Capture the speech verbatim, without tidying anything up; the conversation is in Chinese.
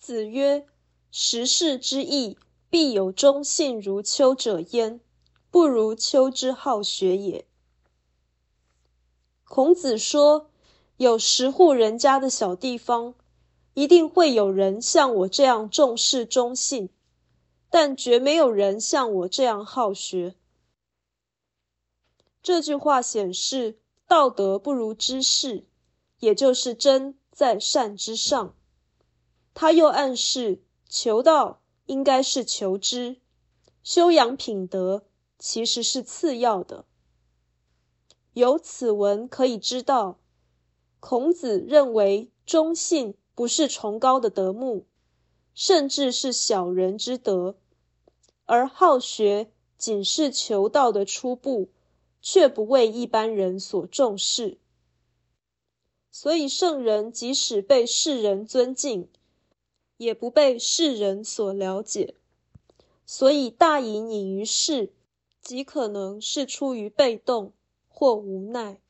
子曰：时事之易，必有忠信如丘者焉，不如丘之好学也。孔子说，有十户人家的小地方，一定会有人像我这样重视忠信，但绝没有人像我这样好学。这句话显示道德不如知识，也就是真在善之上。他又暗示求道应该是求知，修养品德其实是次要的。由此文可以知道，孔子认为忠信不是崇高的德目，甚至是小人之德，而好学仅是求道的初步，却不为一般人所重视。所以圣人即使被世人尊敬，也不被世人所了解。所以大隐隐于市，极可能是出于被动或无奈。